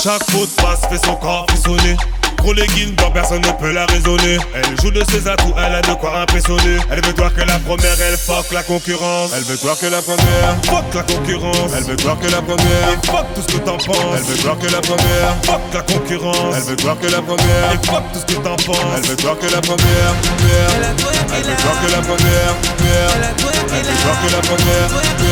Chaque faute passe fait son corps frissonner. Gros legging, dont personne ne peut la raisonner. Elle joue de ses atouts, elle a de quoi impressionner. Elle veut voir que la première, elle fuck la concurrence. Elle veut voir que la première, fuck la concurrence. Elle veut voir que la première, et fuck tout ce que t'en penses. Elle veut voir que la première, fuck la concurrence. Elle veut voir que la première, et fuck tout ce que t'en penses. Elle veut voir que la première, elle veut voir que la première, elle veut voir que la première,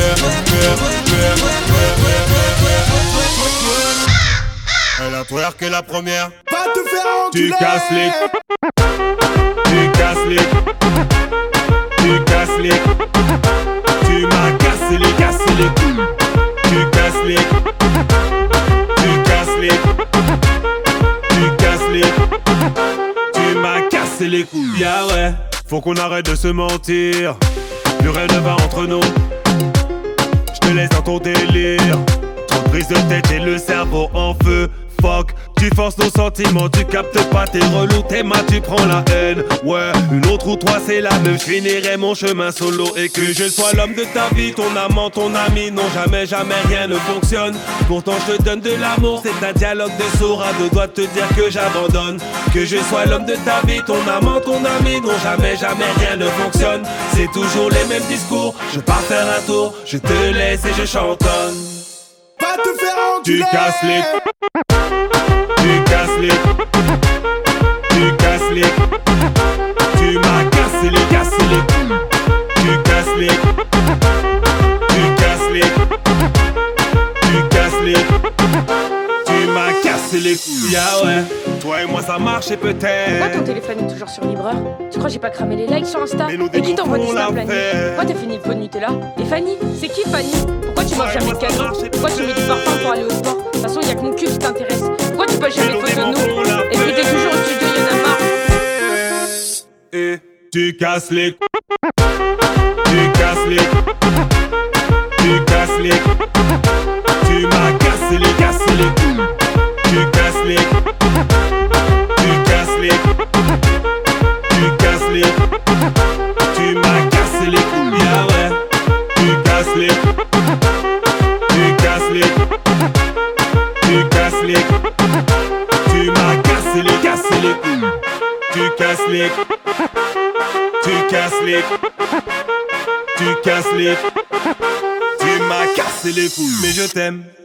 elle a twerké la première. Va te faire enculer. Tu casses les, tu casses les, tu casses les, tu m'as cassé les couilles. Tu casses les, tu casses les, tu casses les, tu m'as cassé les couilles. Yeah ouais, faut qu'on arrête de se mentir. Plus rien ne va entre nous. Je te laisse dans ton délire. Trop de prise de tête et le cerveau en feu. Fuck, tu forces nos sentiments, tu captes pas, t'es relou, t'es mal, tu prends la haine. Ouais, une autre ou toi c'est la même, je finirai mon chemin solo. Et que je sois l'homme de ta vie, ton amant, ton ami, non jamais, jamais rien ne fonctionne. Pourtant je te donne de l'amour, c'est un dialogue de sourds, à deux doigts de te dire que j'abandonne. Que je sois l'homme de ta vie, ton amant, ton ami, non jamais, jamais rien ne fonctionne. C'est toujours les mêmes discours, je pars faire un tour, je te laisse et je chantonne. Va te faire enculer. Tu casses les, tu casses les, tu casses les, tu m'as cassé les couilles. Tu casses les, tu casses les, tu casses les, tu m'as cassé les couilles. Yeah ouais, toi et moi ça marchait peut-être. Pourquoi ton téléphone est toujours sur livreur? Tu crois que j'ai pas cramé les likes sur Insta? Mais nous Et qui t'envoie des découpons snaps la nuit? l'affaire. Pourquoi t'as fini le pot de Nutella? Et Fanny? C'est qui Fanny? Pourquoi tu m'offres jamais de cadeaux? Pourquoi tu mets du parfum pour aller au sport? De toute façon y'a que mon cul qui t'intéresse. Pourquoi tu passes jamais de photos de nous? Et puis t'es toujours au studio, y'en a marre. Et tu casses les, tu casses les, tu casses les, tu m'as cassé les couilles. Tu casses les, tu casses les, tu casses les, tu m'as cassé les couilles. Yeah ouais, tu casses les, tu casses les, tu casses les, tu m'as cassé les couilles. Tu casses les, tu casses les, tu casses les, tu m'as cassé les couilles. Mais je t'aime.